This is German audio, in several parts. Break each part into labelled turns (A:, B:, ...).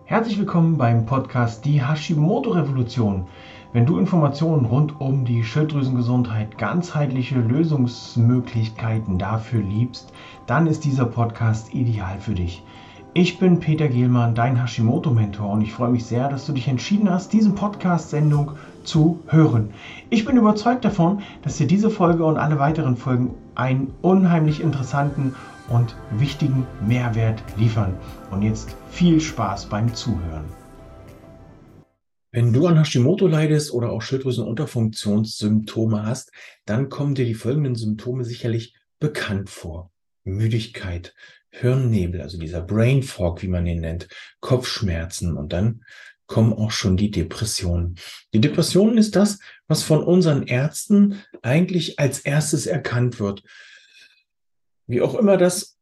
A: Herzlich willkommen beim Podcast Die Hashimoto-Revolution. Wenn du Informationen rund um die Schilddrüsengesundheit, ganzheitliche Lösungsmöglichkeiten dafür liebst, dann ist dieser Podcast ideal für dich. Ich bin Peter Gehlmann, dein Hashimoto-Mentor, und ich freue mich sehr, dass du dich entschieden hast, diese Podcast-Sendung zu hören. Ich bin überzeugt davon, dass dir diese Folge und alle weiteren Folgen einen unheimlich interessanten und wichtigen Mehrwert liefern. Und jetzt viel Spaß beim Zuhören. Wenn du an Hashimoto leidest oder auch Schilddrüsenunterfunktionssymptome hast, dann kommen dir die folgenden Symptome sicherlich bekannt vor. Müdigkeit, Hirnnebel, also dieser Brain Fog, wie man ihn nennt, Kopfschmerzen, und dann kommen auch schon die Depressionen. Die Depression ist das, was von unseren Ärzten eigentlich als erstes erkannt wird. Wie auch immer das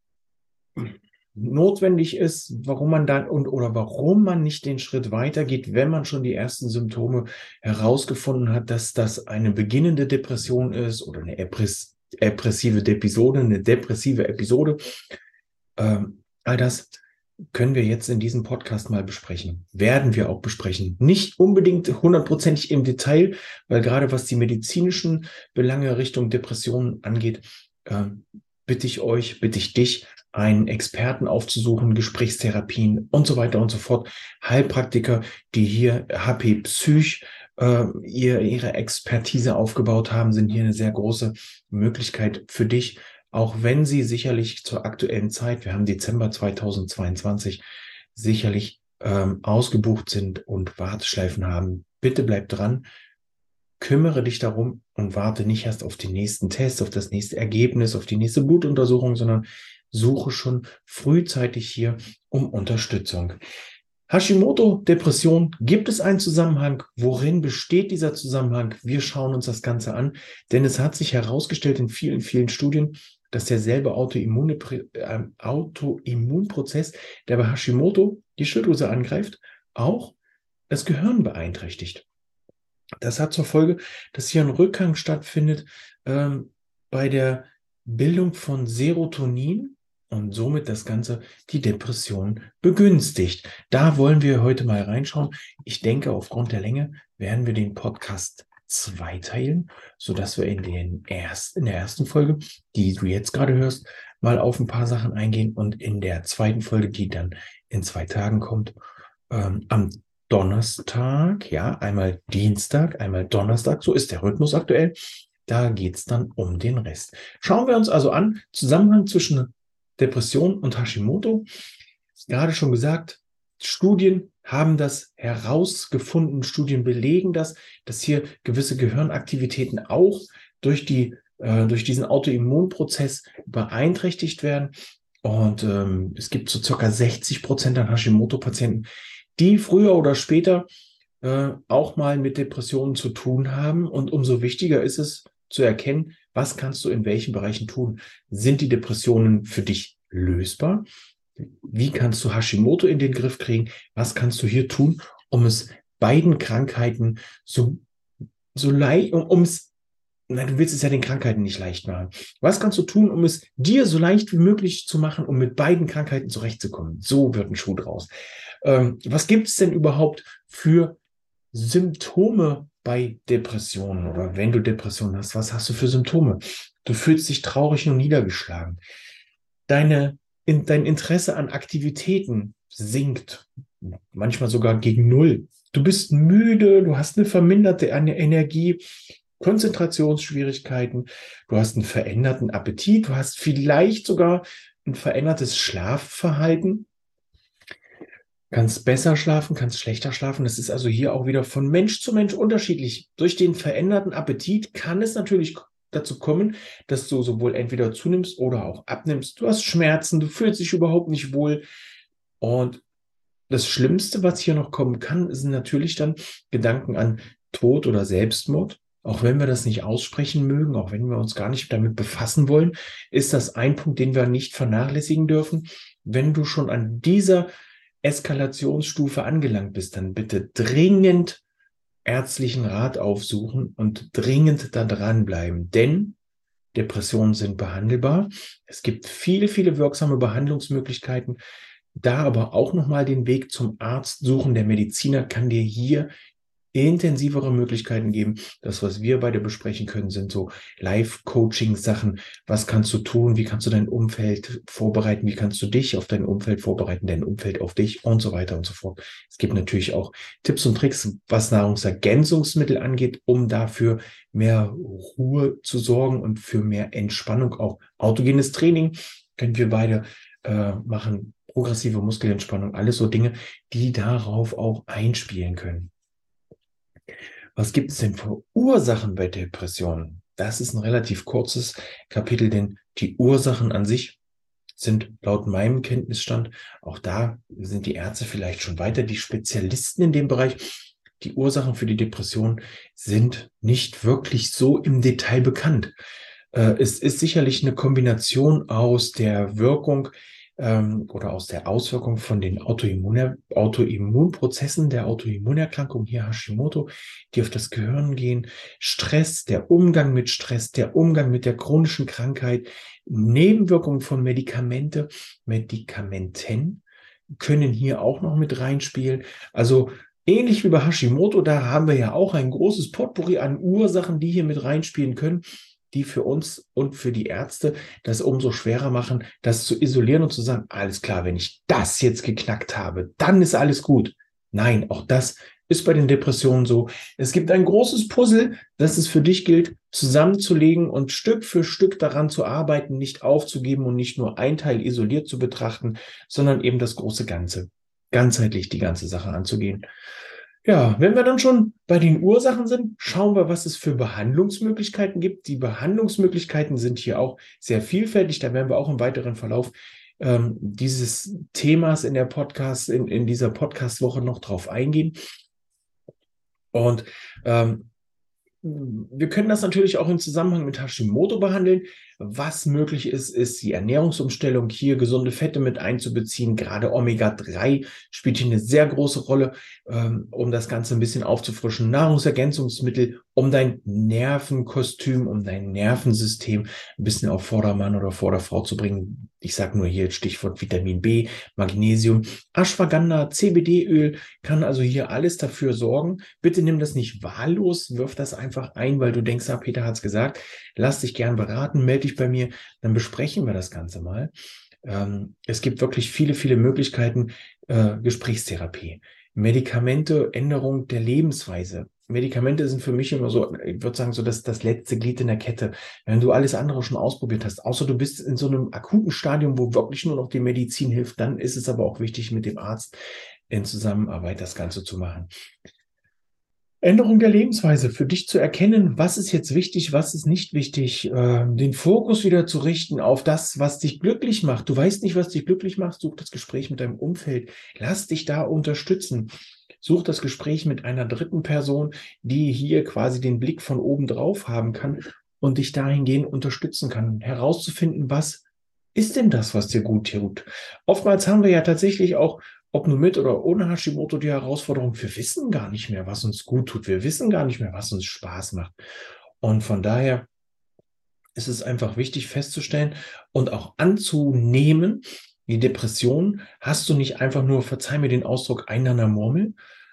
A: notwendig ist, warum man dann oder warum man nicht den Schritt weitergeht, wenn man schon die ersten Symptome herausgefunden hat, dass das eine beginnende Depression ist oder eine depressive Episode, eine depressive Episode. All das können wir jetzt in diesem Podcast mal besprechen. Werden wir auch besprechen. Nicht unbedingt hundertprozentig im Detail, weil gerade was die medizinischen Belange Richtung Depressionen angeht, bitte ich dich, einen Experten aufzusuchen, Gesprächstherapien und so weiter und so fort. Heilpraktiker, die hier HP Psych ihre Expertise aufgebaut haben, sind hier eine sehr große Möglichkeit für dich, auch wenn sie sicherlich zur aktuellen Zeit, wir haben Dezember 2022, sicherlich ausgebucht sind und Warteschleifen haben. Bitte bleib dran. Kümmere dich darum und warte nicht erst auf den nächsten Test, auf das nächste Ergebnis, auf die nächste Blutuntersuchung, sondern suche schon frühzeitig hier um Unterstützung. Hashimoto-Depression, gibt es einen Zusammenhang? Worin besteht dieser Zusammenhang? Wir schauen uns das Ganze an, denn es hat sich herausgestellt in vielen, vielen Studien, dass derselbe Autoimmunprozess, der bei Hashimoto die Schilddrüse angreift, auch das Gehirn beeinträchtigt. Das hat zur Folge, dass hier ein Rückgang stattfindet bei der Bildung von Serotonin und somit das Ganze die Depression begünstigt. Da wollen wir heute mal reinschauen. Ich denke, aufgrund der Länge werden wir den Podcast zweiteilen, sodass wir in der ersten Folge, die du jetzt gerade hörst, mal auf ein paar Sachen eingehen und in der zweiten Folge, die dann in 2 Tagen kommt, am Donnerstag, ja, einmal Dienstag, einmal Donnerstag, so ist der Rhythmus aktuell. Da geht es dann um den Rest. Schauen wir uns also an, Zusammenhang zwischen Depression und Hashimoto. Gerade schon gesagt, Studien haben das herausgefunden, Studien belegen das, dass hier gewisse Gehirnaktivitäten auch durch diesen Autoimmunprozess beeinträchtigt werden. Und es gibt so circa 60% an Hashimoto-Patienten, die früher oder später auch mal mit Depressionen zu tun haben. Und umso wichtiger ist es zu erkennen, was kannst du in welchen Bereichen tun. Sind die Depressionen für dich lösbar? Wie kannst du Hashimoto in den Griff kriegen? Was kannst du hier tun, um es beiden Krankheiten so leicht, nein, du willst es ja den Krankheiten nicht leicht machen. Was kannst du tun, um es dir so leicht wie möglich zu machen, um mit beiden Krankheiten zurechtzukommen? So wird ein Schuh draus. Was gibt es denn überhaupt für Symptome bei Depressionen oder wenn du Depressionen hast? Was hast du für Symptome? Du fühlst dich traurig und niedergeschlagen. Dein Interesse an Aktivitäten sinkt, manchmal sogar gegen Null. Du bist müde, du hast eine verminderte Energie, Konzentrationsschwierigkeiten, du hast einen veränderten Appetit, du hast vielleicht sogar ein verändertes Schlafverhalten. Kannst besser schlafen, kannst schlechter schlafen. Das ist also hier auch wieder von Mensch zu Mensch unterschiedlich. Durch den veränderten Appetit kann es natürlich dazu kommen, dass du sowohl entweder zunimmst oder auch abnimmst. Du hast Schmerzen, du fühlst dich überhaupt nicht wohl. Und das Schlimmste, was hier noch kommen kann, sind natürlich dann Gedanken an Tod oder Selbstmord. Auch wenn wir das nicht aussprechen mögen, auch wenn wir uns gar nicht damit befassen wollen, ist das ein Punkt, den wir nicht vernachlässigen dürfen. Wenn du schon an dieser Eskalationsstufe angelangt bist, dann bitte dringend ärztlichen Rat aufsuchen und dringend da dranbleiben, denn Depressionen sind behandelbar. Es gibt viele, viele wirksame Behandlungsmöglichkeiten. Da aber auch nochmal den Weg zum Arzt suchen. Der Mediziner kann dir hier intensivere Möglichkeiten geben. Das, was wir beide besprechen können, sind so Live-Coaching-Sachen. Was kannst du tun? Wie kannst du dein Umfeld vorbereiten? Wie kannst du dich auf dein Umfeld vorbereiten? Dein Umfeld auf dich und so weiter und so fort. Es gibt natürlich auch Tipps und Tricks, was Nahrungsergänzungsmittel angeht, um dafür mehr Ruhe zu sorgen und für mehr Entspannung. Auch autogenes Training können wir beide machen. Progressive Muskelentspannung, alles so Dinge, die darauf auch einspielen können. Was gibt es denn für Ursachen bei Depressionen? Das ist ein relativ kurzes Kapitel, denn die Ursachen an sich sind laut meinem Kenntnisstand, auch da sind die Ärzte vielleicht schon weiter, die Spezialisten in dem Bereich, die Ursachen für die Depression sind nicht wirklich so im Detail bekannt. Es ist sicherlich eine Kombination aus der Wirkung oder aus der Auswirkung von den Autoimmunprozessen der Autoimmunerkrankung, hier Hashimoto, die auf das Gehirn gehen, Stress, der Umgang mit Stress, der Umgang mit der chronischen Krankheit, Nebenwirkungen von Medikamenten können hier auch noch mit reinspielen. Also ähnlich wie bei Hashimoto, da haben wir ja auch ein großes Potpourri an Ursachen, die hier mit reinspielen können, die für uns und für die Ärzte das umso schwerer machen, das zu isolieren und zu sagen, alles klar, wenn ich das jetzt geknackt habe, dann ist alles gut. Nein, auch das ist bei den Depressionen so. Es gibt ein großes Puzzle, das es für dich gilt, zusammenzulegen und Stück für Stück daran zu arbeiten, nicht aufzugeben und nicht nur ein Teil isoliert zu betrachten, sondern eben das große Ganze, ganzheitlich die ganze Sache anzugehen. Ja, wenn wir dann schon bei den Ursachen sind, schauen wir, was es für Behandlungsmöglichkeiten gibt. Die Behandlungsmöglichkeiten sind hier auch sehr vielfältig. Da werden wir auch im weiteren Verlauf dieses Themas in dieser Podcast-Woche noch drauf eingehen. Und wir können das natürlich auch im Zusammenhang mit Hashimoto behandeln. Was möglich ist, ist die Ernährungsumstellung, hier gesunde Fette mit einzubeziehen. Gerade Omega-3 spielt hier eine sehr große Rolle, um das Ganze ein bisschen aufzufrischen. Nahrungsergänzungsmittel, um dein Nervenkostüm, um dein Nervensystem ein bisschen auf Vordermann oder Vorderfrau zu bringen. Ich sage nur hier Stichwort Vitamin B, Magnesium, Ashwagandha, CBD-Öl kann also hier alles dafür sorgen. Bitte nimm das nicht wahllos, wirf das einfach ein, weil du denkst, Peter hat es gesagt. Lass dich gern beraten, melde dich bei mir, dann besprechen wir das Ganze mal. Es gibt wirklich viele, viele Möglichkeiten, Gesprächstherapie, Medikamente, Änderung der Lebensweise. Medikamente sind für mich immer so, ich würde sagen, so das letzte Glied in der Kette. Wenn du alles andere schon ausprobiert hast, außer du bist in so einem akuten Stadium, wo wirklich nur noch die Medizin hilft, dann ist es aber auch wichtig, mit dem Arzt in Zusammenarbeit das Ganze zu machen. Änderung der Lebensweise, für dich zu erkennen, was ist jetzt wichtig, was ist nicht wichtig, den Fokus wieder zu richten auf das, was dich glücklich macht. Du weißt nicht, was dich glücklich macht, such das Gespräch mit deinem Umfeld, lass dich da unterstützen. Such das Gespräch mit einer dritten Person, die hier quasi den Blick von oben drauf haben kann und dich dahingehend unterstützen kann, herauszufinden, was ist denn das, was dir gut tut. Oftmals haben wir ja tatsächlich auch, ob nur mit oder ohne Hashimoto, die Herausforderung, wir wissen gar nicht mehr, was uns gut tut. Wir wissen gar nicht mehr, was uns Spaß macht. Und von daher ist es einfach wichtig festzustellen und auch anzunehmen, die Depression hast du nicht einfach nur, verzeih mir den Ausdruck, einen an der Murmel.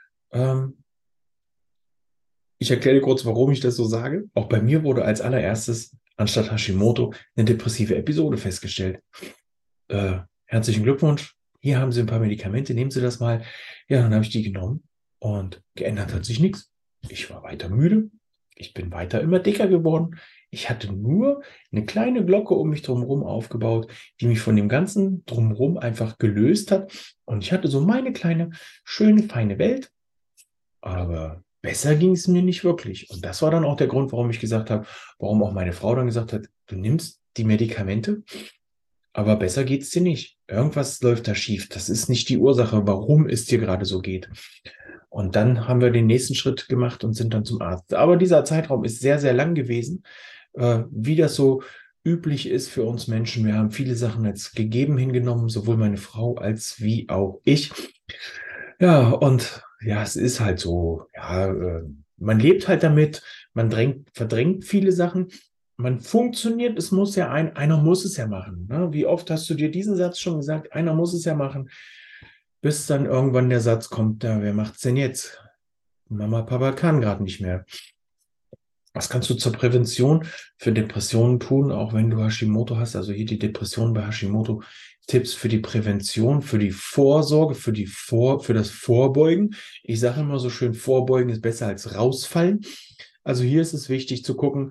A: Ich erkläre dir kurz, warum ich das so sage. Auch bei mir wurde als allererstes anstatt Hashimoto eine depressive Episode festgestellt. Herzlichen Glückwunsch. Hier haben Sie ein paar Medikamente, nehmen Sie das mal. Ja, dann habe ich die genommen und geändert hat sich nichts. Ich war weiter müde. Ich bin weiter immer dicker geworden. Ich hatte nur eine kleine Glocke um mich drumherum aufgebaut, die mich von dem ganzen drumherum einfach gelöst hat. Und ich hatte so meine kleine, schöne, feine Welt. Aber besser ging es mir nicht wirklich. Und das war dann auch der Grund, warum ich gesagt habe, warum auch meine Frau dann gesagt hat, du nimmst die Medikamente, aber besser geht es dir nicht. Irgendwas läuft da schief. Das ist nicht die Ursache, warum es dir gerade so geht. Und dann haben wir den nächsten Schritt gemacht und sind dann zum Arzt. Aber dieser Zeitraum ist sehr, sehr lang gewesen, wie das so üblich ist für uns Menschen. Wir haben viele Sachen als gegeben hingenommen, sowohl meine Frau als wie auch ich. Ja, und ja, es ist halt so, ja, man lebt halt damit, verdrängt viele Sachen. man funktioniert, es muss ja einer muss es ja machen. Ne? Wie oft hast du dir diesen Satz schon gesagt, einer muss es ja machen, bis dann irgendwann der Satz kommt, ja, wer macht's denn jetzt? Mama, Papa kann gerade nicht mehr. Was kannst du zur Prävention für Depressionen tun, auch wenn du Hashimoto hast? Also hier die Depression bei Hashimoto. Tipps für die Prävention, für die Vorsorge, für das Vorbeugen. Ich sage immer so schön, Vorbeugen ist besser als rausfallen. Also hier ist es wichtig zu gucken,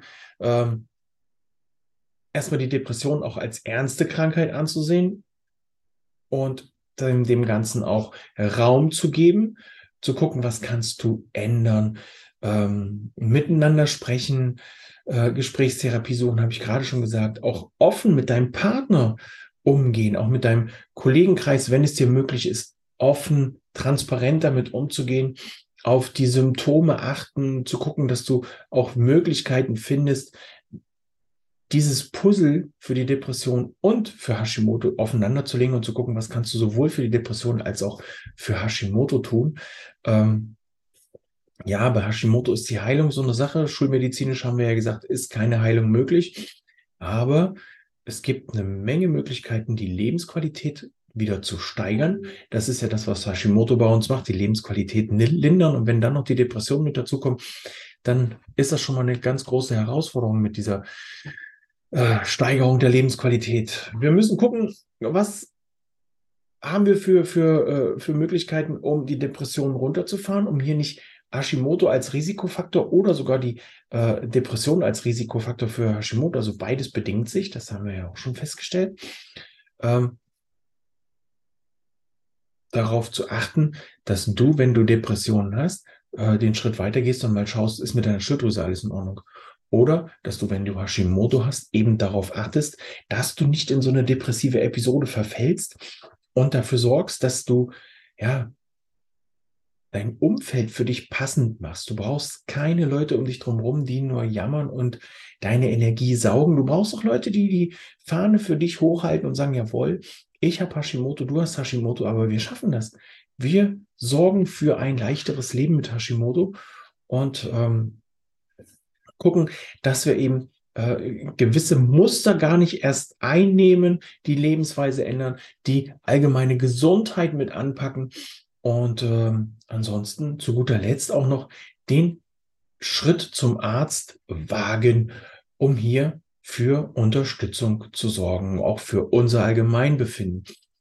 A: erstmal die Depression auch als ernste Krankheit anzusehen und dem Ganzen auch Raum zu geben, zu gucken, was kannst du ändern, miteinander sprechen, Gesprächstherapie suchen, habe ich gerade schon gesagt, auch offen mit deinem Partner umgehen, auch mit deinem Kollegenkreis, wenn es dir möglich ist, offen, transparent damit umzugehen, auf die Symptome achten, zu gucken, dass du auch Möglichkeiten findest, dieses Puzzle für die Depression und für Hashimoto aufeinander zu legen und zu gucken, was kannst du sowohl für die Depression als auch für Hashimoto tun. Ja, bei Hashimoto ist die Heilung so eine Sache. Schulmedizinisch haben wir ja gesagt, ist keine Heilung möglich. Aber es gibt eine Menge Möglichkeiten, die Lebensqualität wieder zu steigern. Das ist ja das, was Hashimoto bei uns macht, die Lebensqualität lindern. Und wenn dann noch die Depression mit dazukommt, dann ist das schon mal eine ganz große Herausforderung mit dieser Steigerung der Lebensqualität. Wir müssen gucken, was haben wir für Möglichkeiten, um die Depression runterzufahren, um hier nicht Hashimoto als Risikofaktor oder sogar die Depression als Risikofaktor für Hashimoto, also beides bedingt sich, das haben wir ja auch schon festgestellt, darauf zu achten, dass du, wenn du Depressionen hast, den Schritt weitergehst und mal schaust, ist mit deiner Schilddrüse alles in Ordnung. Oder, dass du, wenn du Hashimoto hast, eben darauf achtest, dass du nicht in so eine depressive Episode verfällst und dafür sorgst, dass du, ja, dein Umfeld für dich passend machst. Du brauchst keine Leute um dich drumherum, die nur jammern und deine Energie saugen. Du brauchst auch Leute, die die Fahne für dich hochhalten und sagen, jawohl, ich habe Hashimoto, du hast Hashimoto, aber wir schaffen das. Wir sorgen für ein leichteres Leben mit Hashimoto und gucken, dass wir eben gewisse Muster gar nicht erst einnehmen, die Lebensweise ändern, die allgemeine Gesundheit mit anpacken und ansonsten zu guter Letzt auch noch den Schritt zum Arzt wagen, um hier für Unterstützung zu sorgen, auch für unser Allgemeinbefinden.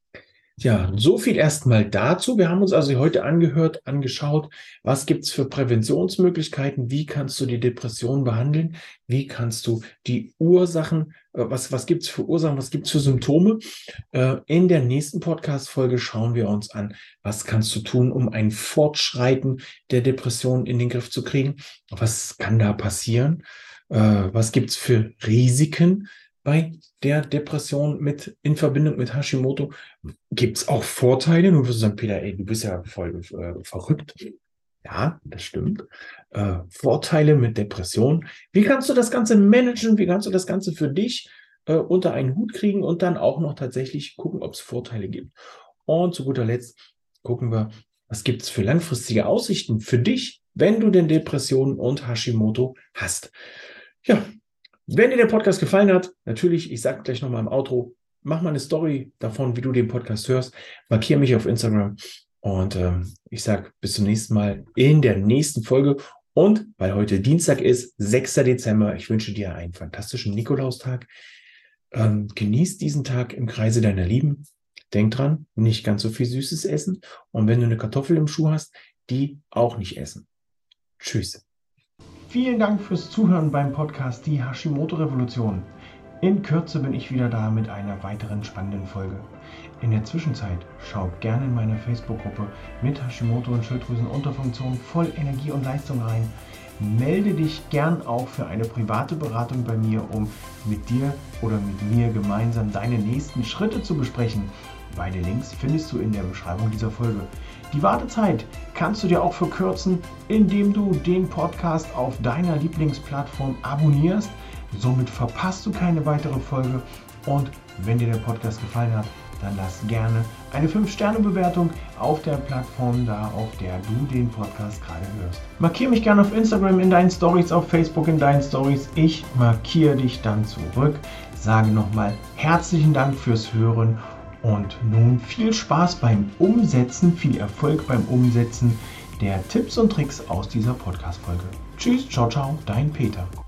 A: Ja, so viel erstmal dazu. Wir haben uns also heute angeschaut, was gibt es für Präventionsmöglichkeiten, wie kannst du die Depression behandeln, wie kannst du die Ursachen, was gibt es für Ursachen, was gibt es für Symptome. In der nächsten Podcast-Folge schauen wir uns an, was kannst du tun, um ein Fortschreiten der Depression in den Griff zu kriegen, was kann da passieren, was gibt es für Risiken bei der Depression in Verbindung mit Hashimoto. Gibt es auch Vorteile? Du wirst sagen, Peter, ey, du bist ja voll verrückt. Ja, das stimmt. Vorteile mit Depression. Wie kannst du das Ganze managen? Wie kannst du das Ganze für dich unter einen Hut kriegen und dann auch noch tatsächlich gucken, ob es Vorteile gibt? Und zu guter Letzt gucken wir, was gibt es für langfristige Aussichten für dich, wenn du denn Depressionen und Hashimoto hast? Ja, wenn dir der Podcast gefallen hat, natürlich, ich sage gleich nochmal im Outro, mach mal eine Story davon, wie du den Podcast hörst. Markiere mich auf Instagram und ich sage bis zum nächsten Mal in der nächsten Folge. Und weil heute Dienstag ist, 6. Dezember, ich wünsche dir einen fantastischen Nikolaustag. Genieß diesen Tag im Kreise deiner Lieben. Denk dran, nicht ganz so viel Süßes essen. Und wenn du eine Kartoffel im Schuh hast, die auch nicht essen. Tschüss. Vielen Dank fürs Zuhören beim Podcast Die Hashimoto-Revolution. In Kürze bin ich wieder da mit einer weiteren spannenden Folge. In der Zwischenzeit schau gerne in meiner Facebook-Gruppe mit Hashimoto und Schilddrüsenunterfunktion voll Energie und Leistung rein. Melde dich gern auch für eine private Beratung bei mir, um mit dir oder mit mir gemeinsam deine nächsten Schritte zu besprechen. Beide Links findest du in der Beschreibung dieser Folge. Die Wartezeit kannst du dir auch verkürzen, indem du den Podcast auf deiner Lieblingsplattform abonnierst. Somit verpasst du keine weitere Folge. Und wenn dir der Podcast gefallen hat, dann lass gerne eine 5-Sterne-Bewertung auf der Plattform, da auf der du den Podcast gerade hörst. Markiere mich gerne auf Instagram in deinen Stories, auf Facebook in deinen Stories. Ich markiere dich dann zurück. Sage nochmal herzlichen Dank fürs Hören und nun viel Spaß beim Umsetzen, viel Erfolg beim Umsetzen der Tipps und Tricks aus dieser Podcast-Folge. Tschüss, ciao, ciao, dein Peter.